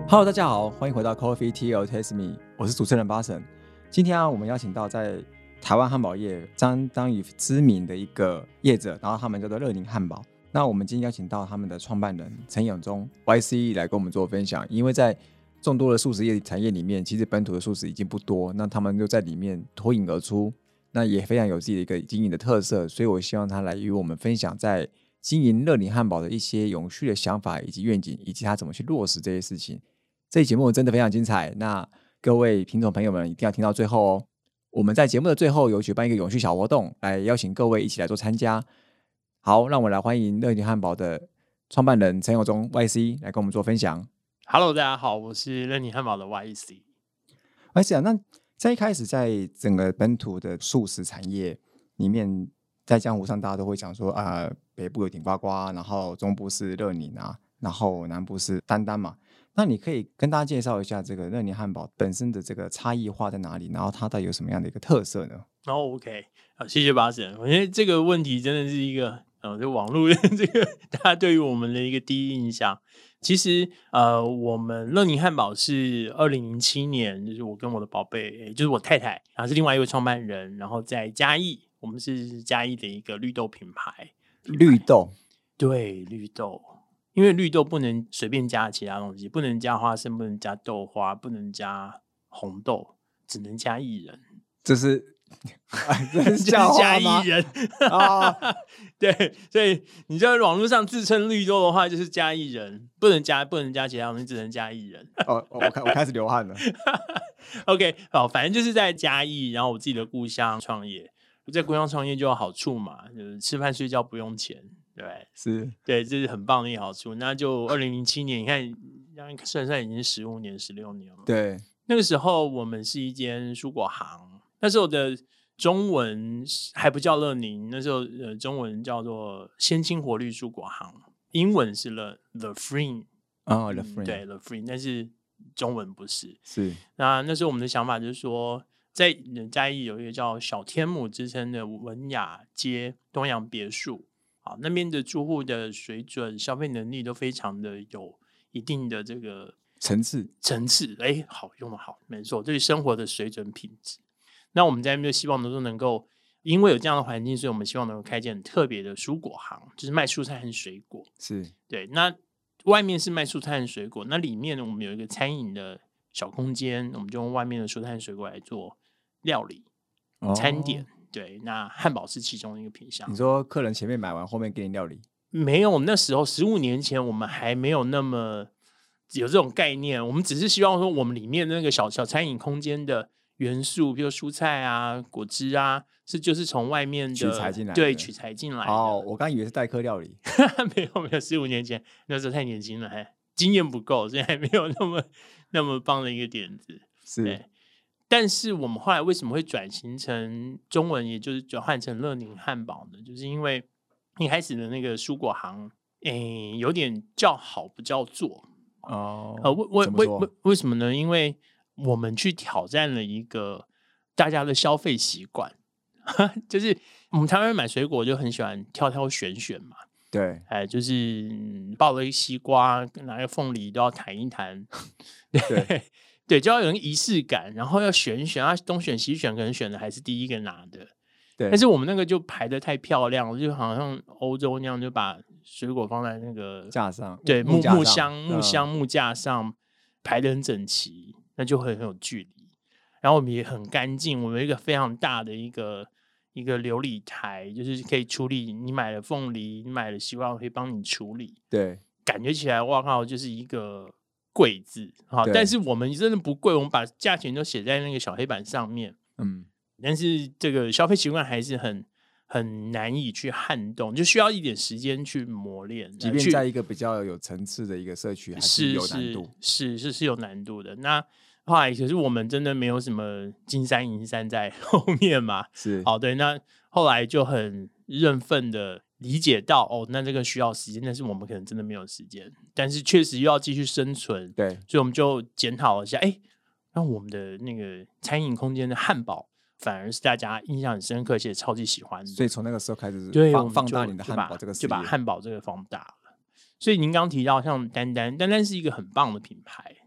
Hello， 大家好，欢迎回到 Coffee Tea or Taste Me， 我是主持人巴神。今天我们邀请到在台湾汉堡业相当于知名的一个业者，然后他们叫做乐宁汉堡。那我们今天邀请到他们的创办人陈永忠 YC 来跟我们做分享，因为在众多的素食业产业里面，其实本土的素食已经不多，那他们就在里面脱颖而出，那也非常有自己的一个经营的特色，所以我希望他来与我们分享在经营乐宁汉堡的一些永续的想法以及愿景，以及他怎么去落实这些事情。这期节目真的非常精彩，那各位听众朋友们一定要听到最后哦。我们在节目的最后有举办一个永续小活动，来邀请各位一起来做参加。好，让我们来欢迎乐宁汉堡的创办人陈永忠 YC 来跟我们做分享。 Hello， 大家好，我是乐宁汉堡的 YC。YC 啊，那在一开始在整个本土的素食产业里面，在江湖上大家都会讲说北部有顶呱呱，然后中部是乐宁啊，然后南部是丹丹嘛。那你可以跟大家介绍一下这个乐宁汉堡本身的这个差异化在哪里，然后它到底有什么样的一个特色呢 ？OK， 好，谢谢巴神。我觉得这个问题真的是一个就网络的这个大家对于我们的一个第一印象。其实我们乐宁汉堡是2007年，就是我跟我的宝贝，就是我太太，然后是另外一位创办人，然后在嘉义，我们是嘉义的一个绿豆品牌。 绿豆， 对，绿豆。因为绿豆不能随便加其他东西，不能加花生，不能加豆花，不能加红豆，只能加薏仁。 这是加薏仁啊！对，所以你在网络上自称绿豆的话，就是加薏仁，不能加其他东西，只能加薏仁。 我开始流汗了。 OK， 好，反正就是在嘉义，然后我自己的故乡创业。在故乡创业就有好处嘛，就是吃饭睡觉不用钱。对， 是， 对，这是很棒的一个好处。那就2007年，你看，算已经15年、16年了。 对， 那个时候我们是一间蔬果行，那时候的中文还不叫乐宁，那时候中文叫做鲜青活绿蔬果行，英文是 The Free 哦 The Free， 对 The Free， 但是中文不是。 是， 那时候我们的想法就是说，在嘉义有一个叫小天母之称的文雅街东洋别墅。好，那边的住户的水准、消费能力都非常的有一定的这个层次，好，用得好，没错，对生活的水准品质。那我们在那边就希望能够，因为有这样的环境，所以我们希望能够开间很特别的蔬果行，就是卖蔬菜和水果。 是， 对，那外面是卖蔬菜和水果，那里面呢，我们有一个餐饮的小空间，我们就用外面的蔬菜和水果来做料理、餐点。对，那汉堡是其中一个品项。 你说客人前面买完，后面给你料理？ 没有，那时候15年前我们还没有那么有这种概念，我们只是希望说我们里面那个小餐饮空间的元素，比如蔬菜啊、果汁啊，就是从外面的取材进来的， 对，取材进来的。 哦，我刚以为是代客料理。 没有，15年前那时候太年轻了，经验不够，所以还没有那么棒的一个点子。 是。 对，但是我们后来为什么会转型成中文，也就是转换成乐宁汉堡呢？就是因为一开始的那个蔬果行，有点叫好不叫座哦。 为什么呢？因为我们去挑战了一个大家的消费习惯，就是我们台湾人买水果就很喜欢挑选嘛。 对， 就是抱了一个西瓜，拿个凤梨都要弹一弹。对。对，就要有人仪式感，然后要选东选西选，可能选的还是第一个拿的。 对， 但是我们那个就排得太漂亮了，就好像欧洲那样，就把水果放在那个架上， 对，木架上排得很整齐，那就很有距离。然后我们也很干净，我们有一个非常大的一个琉璃台，就是可以处理你买了凤梨，你买了西瓜，我可以帮你处理。 对， 感觉起来，哇靠，就是一个贵字，但是我们真的不贵，我们把价钱都写在那个小黑板上面。但是这个消费习惯还是很难以去撼动，就需要一点时间去磨练。 即便在一个比较有层次的一个社区，还是有难度， 是有难度的。那后来可是我们真的没有什么金山银山在后面嘛， 是好，对，那后来就很认份的理解到那这个需要时间，但是我们可能真的没有时间，但是确实又要继续生存， 对， 所以我们就检讨一下，让我们的那个餐饮空间的汉堡反而是大家印象很深刻，而且超级喜欢的。 所以从那个时候开始放大你的汉堡这个事业， 就把汉堡这个放大了。所以您刚提到像丹丹是一个很棒的品牌，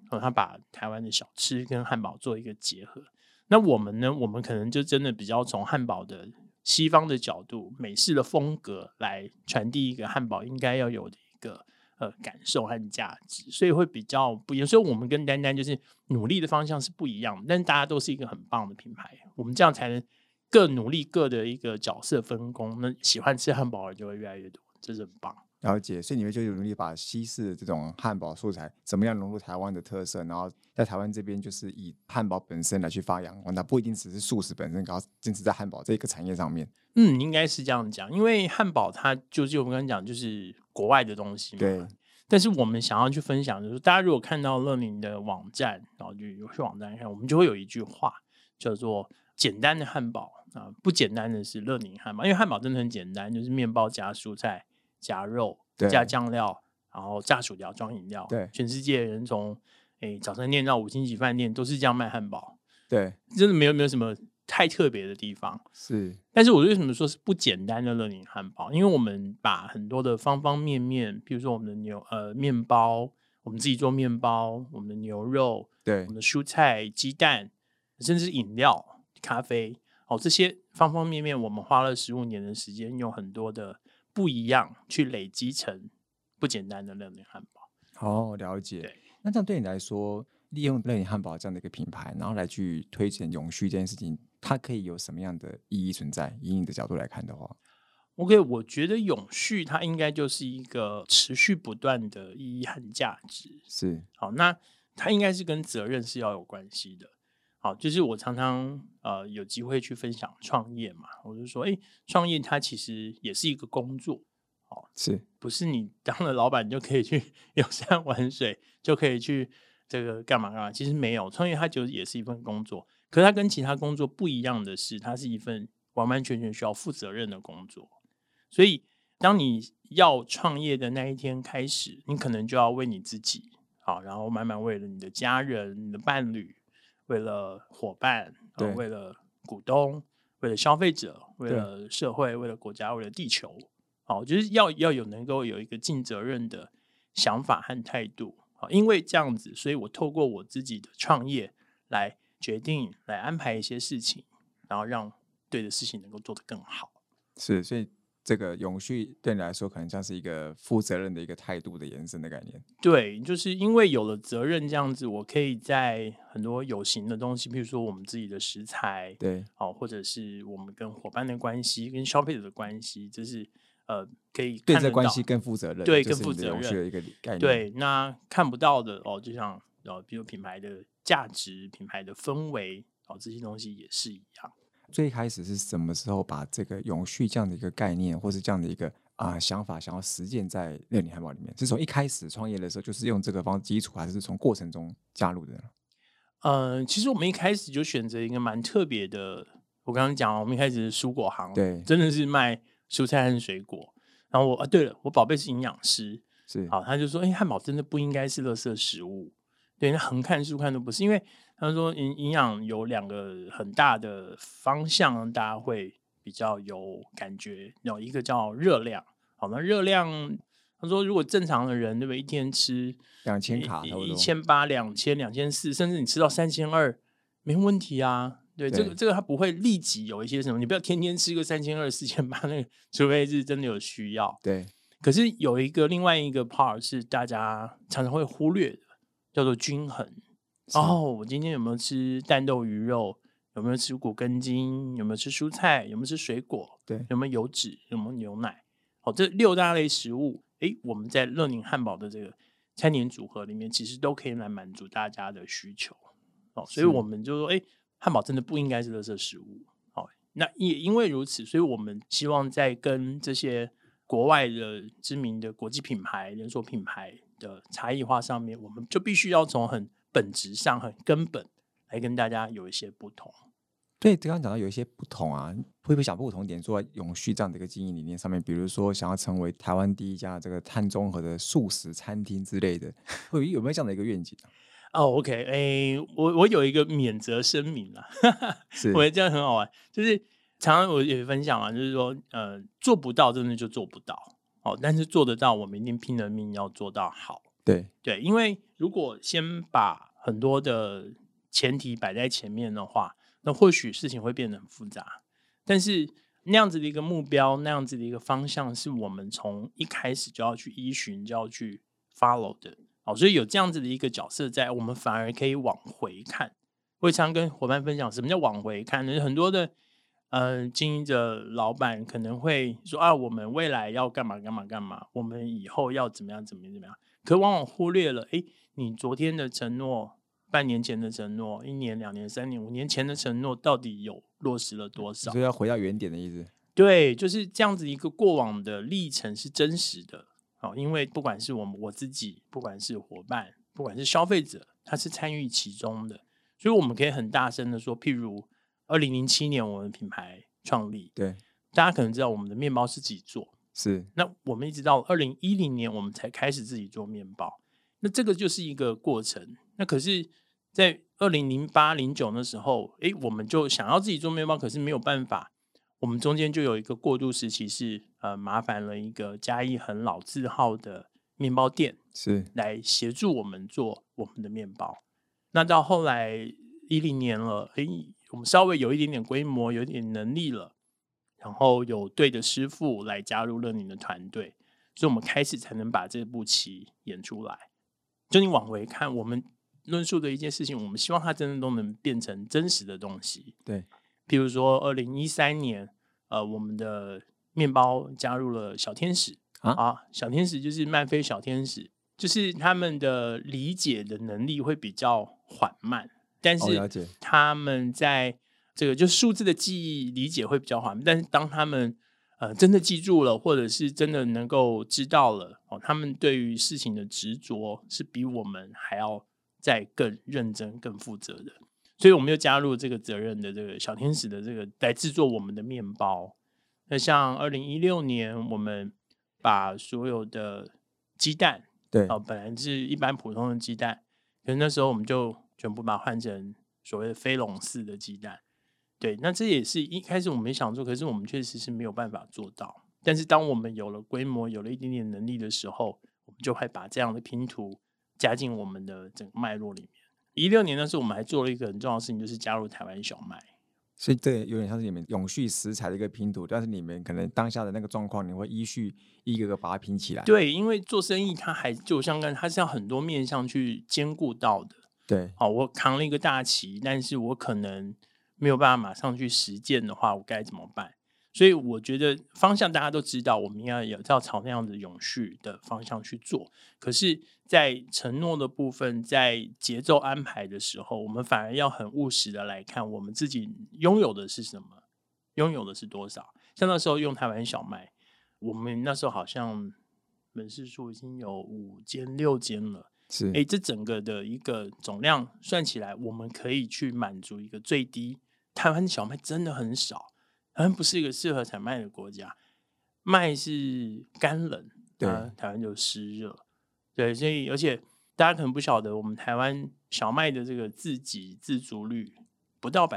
他把台湾的小吃跟汉堡做一个结合。那我们呢，我们可能就真的比较从汉堡的西方的角度，美式的风格来传递一个汉堡应该要有的一个感受和价值，所以会比较不一样。所以我们跟丹丹就是努力的方向是不一样的，但是大家都是一个很棒的品牌，我们这样才能各努力各的一个角色分工，那喜欢吃汉堡的人就会越来越多，这是很棒。 了解，所以你们就努力把西式的这种汉堡素材怎么样融入台湾的特色，然后在台湾这边就是以汉堡本身来去发扬光大，不一定只是素食本身，然后坚持在汉堡这一个产业上面。 应该是这样讲，因为汉堡它就是我们刚刚讲，就是国外的东西嘛。 对。 但是我们想要去分享，就是大家如果看到乐宁的网站，然后就有去网站看，我们就会有一句话叫做“简单的汉堡啊，不简单的是乐宁汉堡”。因为汉堡真的很简单，就是面包加蔬菜加肉加酱料，然后炸薯条装饮料。 对， 全世界人从早餐店到5星级饭店都是这样卖汉堡。 对， 真的没有什么太特别的地方。 是， 但是我为什么说是不简单的乐宁汉堡？因为我们把很多的方方面面，比如说我们的面包，我们自己做面包，我们的牛肉， 对， 我们的蔬菜、鸡蛋，甚至饮料、咖啡，这些方方面面，我们花了15年的时间，用很多的不一样去累积成不简单的乐宁汉堡。 了解。 对， 那这样对你来说，利用乐宁汉堡这样的一个品牌，然后来去推荐永续这件事情，它可以有什么样的意义存在？以你的角度来看的话 ，OK， 我觉得永续它应该就是一个持续不断的意义和价值。 是， 好，那它应该是跟责任是要有关系的。好，就是我常常有机会去分享创业嘛，我就说，创业它其实也是一个工作。 是， 不是你当了老板就可以去游山玩水，就可以去这个干嘛干嘛？其实没有，创业它就也是一份工作，可是它跟其他工作不一样的是，它是一份完完全全需要负责任的工作。所以，当你要创业的那一天开始，你可能就要为你自己，好，然后慢慢为了你的家人、你的伴侣，为了伙伴，为了股东，为了消费者，为了社会，为了国家，为了地球。好，就是要能够有一个尽责任的想法和态度。好，因为这样子，所以我透过我自己的创业来决定、来安排一些事情，然后让对的事情能够做得更好。 是，所以这个永续对你来说，可能像是一个负责任的一个态度的延伸的概念。 对，就是因为有了责任这样子，我可以在很多有形的东西，比如说我们自己的食材， 对， 或者是我们跟伙伴的关系、跟消费者的关系，这是可以对看得到， 这关系更负责任， 对， 更负责任，永续的一个概念。 对，那看不到的就像比如品牌的价值、品牌的氛围，这些东西也是一样。 最开始是什么时候把这个永续这样的一个概念，或是这样的一个想法，想要实践在乐宁汉堡里面？是从一开始创业的时候就是用这个方基础，还是从过程中加入的呢？ 其实我们一开始就选择一个蛮特别的，我刚刚讲我们一开始是蔬果行， 对， 真的是卖蔬菜和水果。然后对了，我宝贝是营养师， 是， 好，他就说，汉堡真的不应该是垃圾食物。对，那横看竖看都不是，因为他说营养有2个很大的方向，大家会比较有感觉。有一个叫热量，好，那热量，他说如果正常的人，对不对，一天吃 2000卡差不多 ，1800、2000、2400，甚至你吃到3200，没问题啊。对，这个它不会立即有一些什么，你不要天天吃个3200、4800，那个除非是真的有需要。 对， 可是有另外一个 part 是大家常常会忽略的，叫做均衡。我今天有没有吃蛋豆鱼肉？有没有吃谷根茎？有没有吃蔬菜？有没有吃水果？ 对， 有没有油脂？有没有牛奶？这6大类食物，我们在乐宁汉堡的这个餐点组合里面，其实都可以来满足大家的需求。所以我们就说，汉堡真的不应该是垃圾食物。那也因为如此，所以我们希望在跟这些国外的知名的国际品牌、连锁品牌的差异化上面，我们就必须要从很本质上、很根本来跟大家有一些不同。 对，刚刚讲到有一些不同啊，会不会想不同点做在永续这样的一个经营理念上面？比如说想要成为台湾第一家这个碳中和的素食餐厅之类的，有没有这样的一个愿景 OK， 我有一个免责声明啦， 是， 我觉得这样很好玩，就是常常我也分享啊，就是说做不到真的就做不到，但是做得到，我们一定拼了命要做到好。 对，因为如果先把很多的前提摆在前面的话，那或许事情会变得很复杂。但是那样子的一个目标，那样子的一个方向，是我们从一开始就要去依循，就要去 follow 的。所以有这样子的一个角色在，我们反而可以往回看。我也常跟伙伴分享，什么叫往回看呢？很多的经营者老板可能会说啊，我们未来要干嘛干嘛干嘛，我们以后要怎么样怎么样怎么样，可往往忽略了，你昨天的承诺、半年前的承诺、1年、2年、3年、5年前的承诺，到底有落实了多少？ 所以要回到原点的意思。 对，就是这样子一个过往的历程是真实的。因为不管是我自己，不管是伙伴，不管是消费者，他是参与其中的，所以我们可以很大声的说，譬如2007年我们品牌创立， 对， 大家可能知道我们的面包是自己做， 是。 那我们一直到2010年我们才开始自己做面包，那这个就是一个过程。那可是在2008、09的时候，我们就想要自己做面包，可是没有办法，我们中间就有一个过渡时期是麻烦了一个嘉义很老字号的面包店， 是来协助我们做我们的面包。那到后来10年了，我们稍微有一点点规模，有一点能力了，然后有对的师傅来加入乐宁的团队，所以我们开始才能把这部棋演出来。就你往回看，我们论述的一件事情，我们希望它真的都能变成真实的东西。 对， 譬如说2013年我们的面包加入了小天使小天使就是曼菲小天使，就是他们的理解的能力会比较缓慢，但是他们在这个就是数字的记忆理解会比较缓慢，但是当他们真的记住了，或者是真的能够知道了他们对于事情的执着是比我们还要再更认真、更负责的。所以我们又加入这个责任的这个小天使的这个来制作我们的面包。那像2016年，我们把所有的鸡蛋， 对， 本来是一般普通的鸡蛋，可是那时候我们就全部把它换成所谓的飞龙式的鸡蛋。对，那这也是一开始我们没想做，可是我们确实是没有办法做到。但是当我们有了规模，有了一点点能力的时候，我们就会把这样的拼图加进我们的整个脉络里面。16年那时候，我们还做了一个很重要的事情，就是加入台湾小麦。 所以这有点像是你们永续食材的一个拼图，但是你们可能当下的那个状况，你会依序一个个把它拼起来。 对，因为做生意它还就像它是要很多面向去兼顾到的。 对， 我扛了一个大旗，但是我可能没有办法马上去实践的话，我该怎么办？所以我觉得方向大家都知道，我们要朝那样的永续的方向去做。可是，在承诺的部分，在节奏安排的时候，我们反而要很务实的来看，我们自己拥有的是什么，拥有的是多少。像那时候用台湾小麦，我们那时候好像门市数已经有5间6间了。 是， 这整个的一个总量算起来，我们可以去满足一个最低。台湾的小麦真的很少，台湾不是一个适合产麦的国家，麦是干冷， 对， 台湾就湿热，对，所以而且大家可能不晓得，我们台湾小麦的这个自给自足率不到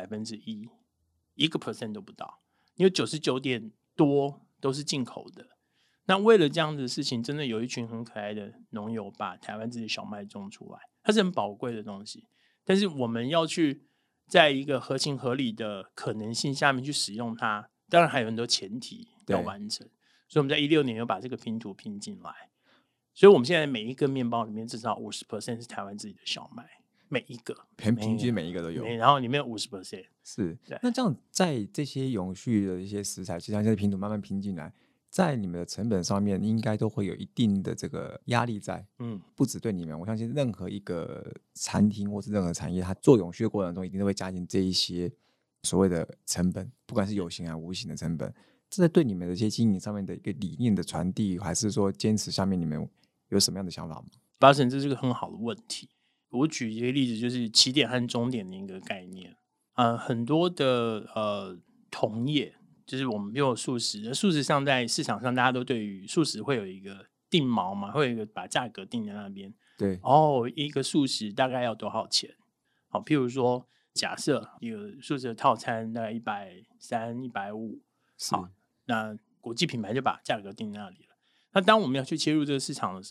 1%，1% 都不到，因为99点多都是进口的。那为了这样子的事情，真的有一群很可爱的农友把台湾自己的小麦种出来，它是很宝贵的东西，但是我们要去在一个合情合理的可能性下面去使用它，当然还有很多前提要完成，所以我们在16年又把这个拼图拼进来，所以我们现在每一个面包里面至少 50% 是台湾自己的小麦，每一个平均每一个都有， 然后里面有 50%。 是，那这样在这些永续的一些食材，就像现在拼图慢慢拼进来，在你们的成本上面应该都会有一定的这个压力在，不只对你们，我相信任何一个餐厅或是任何产业，它做永续的过程中，一定都会加进这一些所谓的成本，不管是有形还是无形的成本。这在对你们的一些经营上面的一个理念的传递，还是说坚持下面，你们有什么样的想法吗？ 巴神，这是个很好的问题。我举一个例子，就是起点和终点的一个概念。很多的同业，就是我们有素食，素食上在市场上大家都对于素食会有一个定锚嘛，会有一个把价格定在那边。 对， 一个素食大概要多少钱？好，譬如说，假设一个素食的套餐大概130、150，好，那国际品牌就把价格定在那里了。那当我们要去切入这个市场的时候，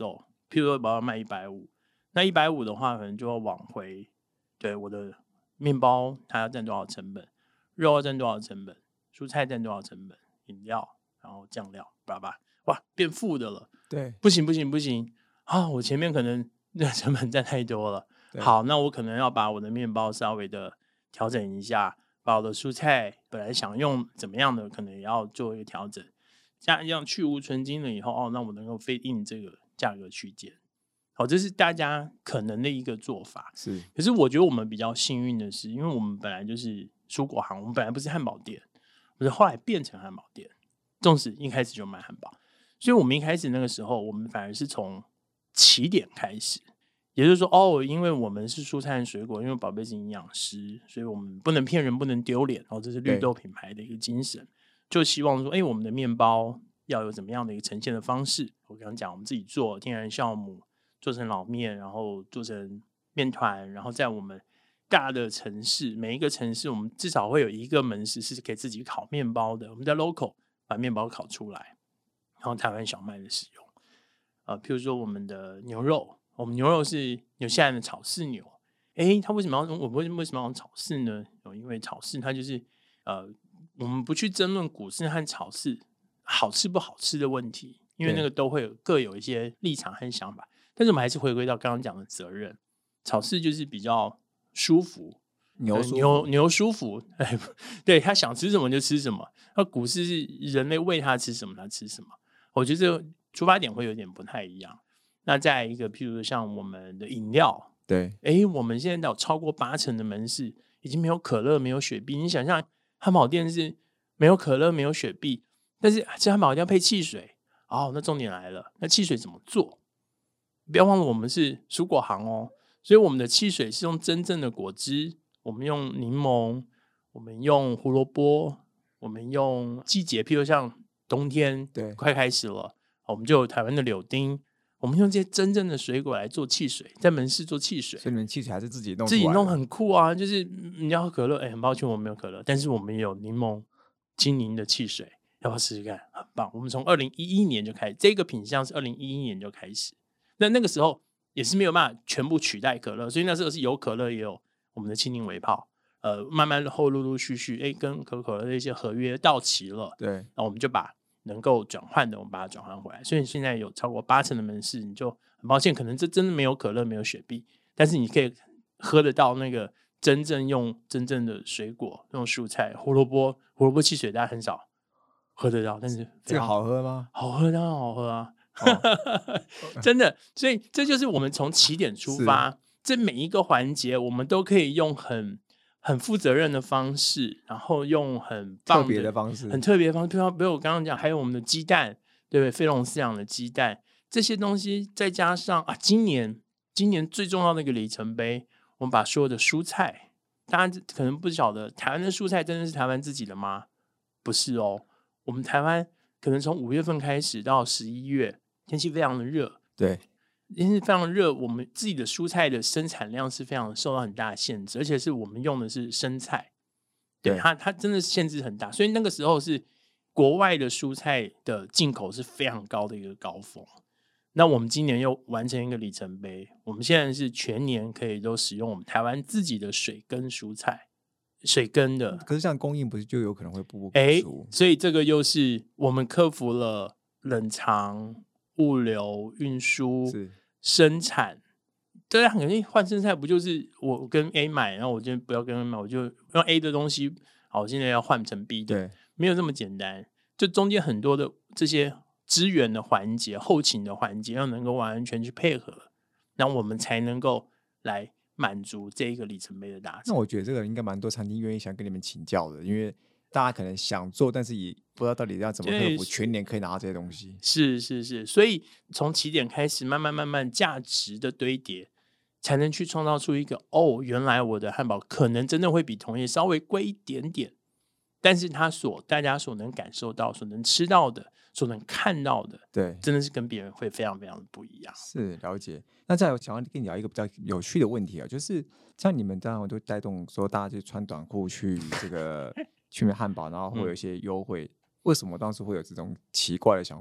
譬如说我要卖150，那150的话可能就要往回，对，我的面包它要占多少成本，肉要占多少成本，蔬菜占多少成本，饮料然后酱料叭叭，哇，变负的了。 对， 不行不行不行啊！我前面可能那个成本占太多了。好，那我可能要把我的面包稍微的调整一下，把我的蔬菜本来想用怎么样的，可能也要做一个调整。这样去无存精了以后，那我能够fit in这个价格区间。好，这是大家可能的一个做法。 是， 可是我觉得我们比较幸运的是，因为我们本来就是蔬果行，我们本来不是汉堡店，我们后来变成汉堡店，纵使一开始就卖汉堡。所以我们一开始那个时候，我们反而是从起点开始，也就是说，因为我们是蔬菜和水果，因为宝贝是营养师，所以我们不能骗人，不能丢脸，这是绿豆品牌的一个精神，就希望说，我们的面包要有怎么样的一个呈现的方式。我刚刚讲，我们自己做天然酵母，做成老面，然后做成面团，然后在我们大的城市，每一个城市我们至少会有一个门市是可以自己烤面包的，我们在 local 把面包烤出来。然后台湾小麦的使用，譬如说我们的牛肉，我们牛肉是纽西兰的草饲牛，它为什么要用草饲呢？因为草饲它就是我们不去争论谷饲和草饲好吃不好吃的问题，因为那个都会各有一些立场和想法，但是我们还是回归到刚刚讲的责任，草饲就是比较舒服。牛舒服，对，他想吃什么就吃什么。那谷饲是人类喂他吃什么他吃什么，我觉得这个出发点会有点不太一样。那再一个，譬如像我们的饮料， 对， 我们现在有超过80%的门市已经没有可乐，没有雪碧。你想象汉堡店是没有可乐，没有雪碧，但是这汉堡一定要配汽水。那重点来了，那汽水怎么做？不要忘了我们是蔬果行哦，所以我们的汽水是用真正的果汁。我们用柠檬，我们用胡萝卜，我们用季节，譬如像冬天快开始了，我们就有台湾的柳丁，我们用这些真正的水果来做汽水，在门市做汽水。 所以你们汽水还是自己弄出来的？ 自己弄很酷啊！就是你要喝可乐，很抱歉我们没有可乐，但是我们有柠檬精柠的汽水，要不要试试看？很棒！我们从2011年就开始，这个品项是2011年就开始。那个时候也是没有办法全部取代可乐，所以那时候是有可乐也有我们的青柠微泡，慢慢后陆续，跟可口的一些合约到期了， 对， 那我们就把能够转换的，我们把它转换回来。所以现在有超过80%的门市，你就很抱歉，可能这真的没有可乐，没有雪碧，但是你可以喝得到那个真正用真正的水果，用蔬菜，胡萝卜汽水，大家很少喝得到，但是这个好喝吗？ 好喝，当然好喝啊，真的。所以这就是我们从起点出发。这每一个环节我们都可以用很负责任的方式，然后用很棒的特别的方式， 比如我刚刚讲，还有我们的鸡蛋，对不对？非笼饲养的鸡蛋，这些东西再加上今年最重要的一个里程碑，我们把所有的蔬菜，大家可能不晓得，台湾的蔬菜真的是台湾自己的吗？不是哦，我们台湾可能从5月份开始到11月，天气非常的热， 对。 因为非常热，我们自己的蔬菜的生产量是非常受到很大的限制，而且是我们用的是生菜，对，它真的限制很大，所以那个时候是国外的蔬菜的进口是非常高的一个高峰。那我们今年又完成一个里程碑，我们现在是全年可以都使用我们台湾自己的水耕蔬菜，水耕的。 可是这样供应不是就有可能会不足？ 所以这个又是我们克服了冷藏、物流、运输、生产。对啊，肯定换生菜不就是我跟 A 买，然后我今天不要跟 A 买，我就用 A 的东西，好，我现在要换成 B 的， 对， 没有这么简单。就中间很多的这些支援的环节、后勤的环节，要能够完全去配合，那我们才能够来满足这一个里程碑的达成。 那我觉得这个应该蛮多餐厅愿意想跟你们请教的，因为大家可能想做，但是也不知道到底要怎么克服全年可以拿到这些东西。 是，所以从起点开始，慢慢价值的堆叠，才能去创造出一个原来我的汉堡可能真的会比同业稍微贵一点点，但是它大家所能感受到、所能吃到的、所能看到的， 对， 真的是跟别人会非常非常的不一样。 是，了解。那再想要跟你聊一个比较有趣的问题就是像你们这样都带动说大家就穿短裤去这个去买汉堡，然后会有一些优惠，为什么当时会有这种奇怪的想法？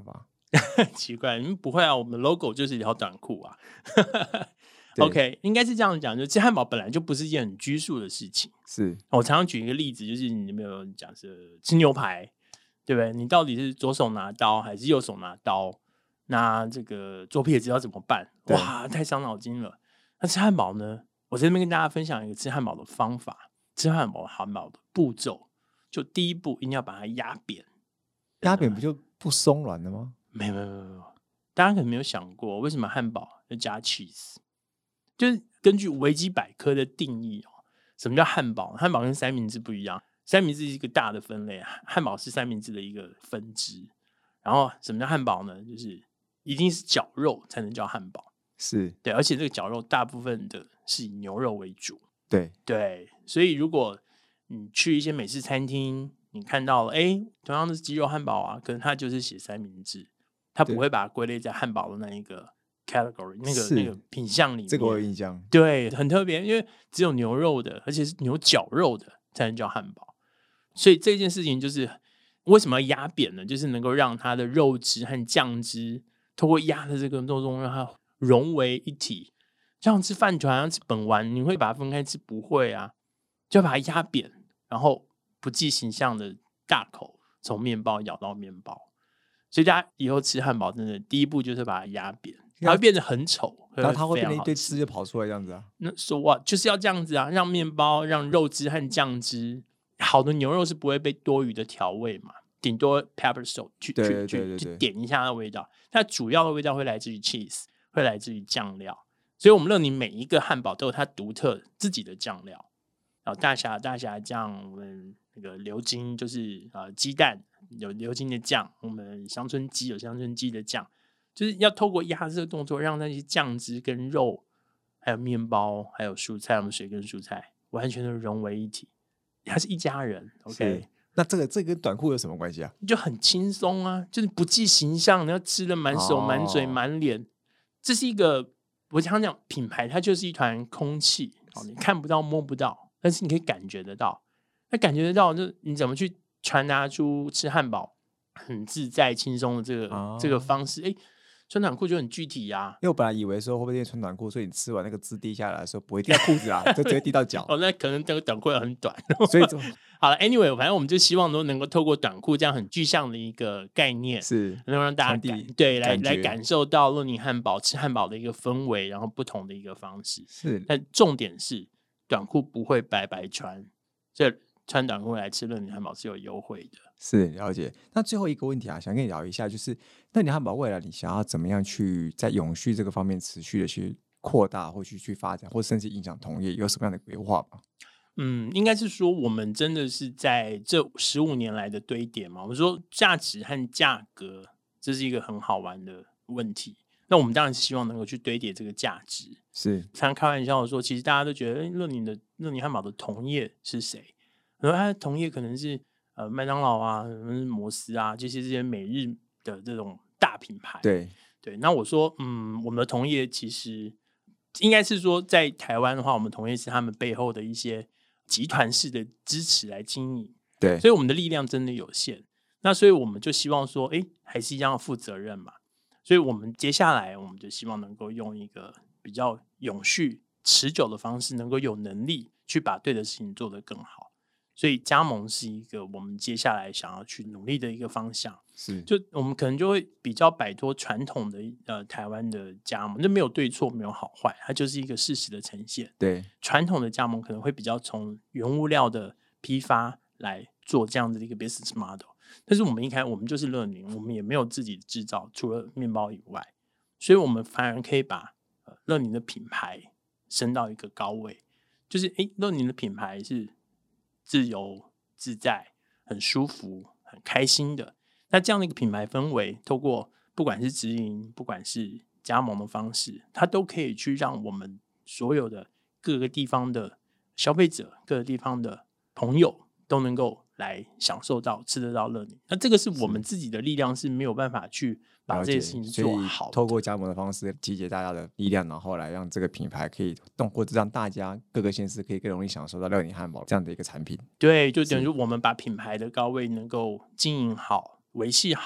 奇怪，不会啊，我们 logo 就是一条短裤啊。OK， 应该是这样讲，就吃汉堡本来就不是一件很拘束的事情。 是我常常举一个例子，就是你有没有假设吃牛排，对不对？你到底是左手拿刀还是右手拿刀？那这个左撇子要怎么办？哇，太伤脑筋了。那吃汉堡呢？我在这边跟大家分享一个吃汉堡的方法，吃汉堡的步骤。就第一步，一定要把它压扁。 压扁不就不松软了吗？ 没有，大家可能没有想过，为什么汉堡要加 cheese？ 就是根据维基百科的定义哦，什么叫汉堡？汉堡跟三明治不一样，三明治是一个大的分类，汉堡是三明治的一个分支。然后什么叫汉堡呢？就是一定是绞肉才能叫汉堡， 是对，而且这个绞肉大部分的是以牛肉为主， 对， 所以如果你去一些美式餐厅，你看到了，同样的是鸡肉汉堡啊，可能它就是写三明治，它不会把它归类在汉堡的那一个 category 那个品项里面。 这个我有印象， 对，很特别，因为只有牛肉的，而且是牛绞肉的才能叫汉堡。所以这件事情就是为什么要压扁呢？就是能够让它的肉质和酱汁透过压的这个动作，让它融为一体。像吃饭团、像吃本丸，你会把它分开吃？不会啊，就把它压扁，然后不计形象的大口从面包咬到面包。所以大家以后吃汉堡，真的第一步就是把它压扁，它会变得很丑， 然后它会变成一堆汁就跑出来这样子啊。 那说哇，就是要这样子啊，让面包、让肉汁和酱汁，好的牛肉是不会被多余的调味嘛，顶多 pepper salt 去点一下那味道。它主要的味道会来自于 cheese， 会来自于酱料。所以我们乐宁每一个汉堡都有它独特自己的酱料。然后大侠酱，我们那个流金就是鸡蛋有流金的酱，我们乡村鸡有乡村鸡的酱，就是要透过压这个动作，让那些酱汁跟肉，还有面包，还有蔬菜，我们水跟蔬菜完全的融为一体，它是一家人。OK， 那这跟短裤有什么关系啊？ 就很轻松啊，就是不计形象，你要吃的满手满嘴满脸，这是一个我常讲品牌，它就是一团空气，你看不到摸不到，但是你可以感觉得到。那感觉得到，就你怎么去传达出吃汉堡很自在轻松的这个方式？穿短裤就很具体啊。 因为我本来以为说会不会因为穿短裤，所以你吃完那个汁滴下来的时候不会滴到裤子啊，就直接滴到脚。 那可能这个短裤也很短， 所以好了 ，anyway， 反正我们就希望都能够透过短裤这样很具象的一个概念， 是能够让大家来感受到乐宁汉堡吃汉堡的一个氛围，然后不同的一个方式。 是， 但重点是短裤不会白白穿，所以穿短裤来吃乐宁汉堡是有优惠的。 是，了解。那最后一个问题啊，想跟你聊一下，就是乐宁汉堡未来你想要怎么样去在永续这个方面持续的去扩大，或去发展，或甚至影响同业，有什么样的规划吗？ 应该是说我们真的是在这15年来的堆叠嘛。我们说价值和价格，这是一个很好玩的问题。那我们当然是希望能够去堆叠这个价值。 是， 常开玩笑的说，其实大家都觉得，乐宁汉堡的同业是谁？然后它的同业可能是麦当劳啊、摩斯啊这些美日的这种大品牌。 对。 那我说，我们的同业其实应该是说，在台湾的话，我们同业是他们背后的一些集团式的支持来经营。 对， 所以我们的力量真的有限。那所以我们就希望说，还是一样负责任嘛。所以我们接下来我们就希望能够用一个比较永续持久的方式，能够有能力去把对的事情做得更好。所以加盟是一个我们接下来想要去努力的一个方向。 是， 就我们可能就会比较摆脱传统的台湾的加盟，那没有对错，没有好坏，它就是一个事实的呈现。 对， 传统的加盟可能会比较从原物料的批发来做这样的一个 business model。但是我们就是乐宁，我们也没有自己制造，除了面包以外，所以我们反而可以把乐宁的品牌升到一个高位，就是乐宁的品牌是自由自在、很舒服、很开心的。那这样的一个品牌氛围，透过不管是直营，不管是加盟的方式，它都可以去让我们所有的各个地方的消费者、各个地方的朋友都能够来享受到、吃得到乐宁。那这个是我们自己的力量是没有办法去把这些事情做好的。 透过加盟的方式集结大家的力量，然后来让这个品牌可以或者让大家各个县市可以更容易享受到乐宁汉堡这样的一个产品。 对，就等于我们把品牌的高位能够经营好、维系好。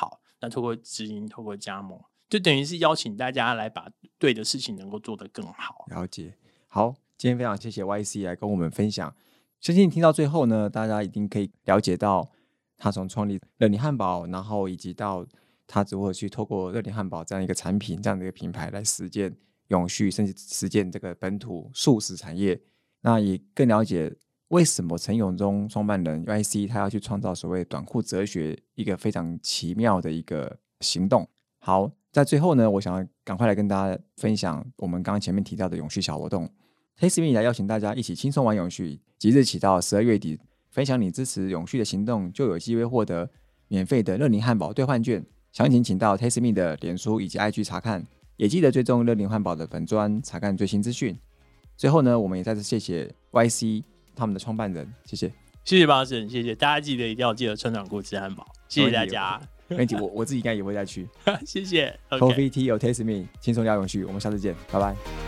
那透过直营，透过加盟，就等于是邀请大家来把对的事情能够做得更好。 了解。好，今天非常谢谢 YC 来跟我们分享，相信听到最后呢，大家一定可以了解到他从创立乐宁汉堡，然后以及到他如何去透过乐宁汉堡这样一个产品，这样的一个品牌来实践永续，甚至实践这个本土素食产业。那也更了解为什么陈永忠创办人 YC 他要去创造所谓短裤哲学，一个非常奇妙的一个行动。好，在最后呢，我想要赶快来跟大家分享我们刚刚前面提到的永续小活动。Taste Me 来邀请大家一起轻松玩永续，即日起到12月底，分享你支持永续的行动，就有机会获得免费的乐宁汉堡兑换券。详情请到 Taste Me 的脸书以及 IG 查看，也记得追踪乐宁汉堡的粉专，查看最新资讯。最后呢，我们也再次谢谢 YC 他们的创办人，谢谢， 谢谢巴神，谢谢大家，一定要记得穿短裤吃汉堡，谢谢大家。 没问题，我自己应该也会再去。 谢谢。 Coffee Tea or Taste Me，轻松聊永续，我们下次见，拜拜。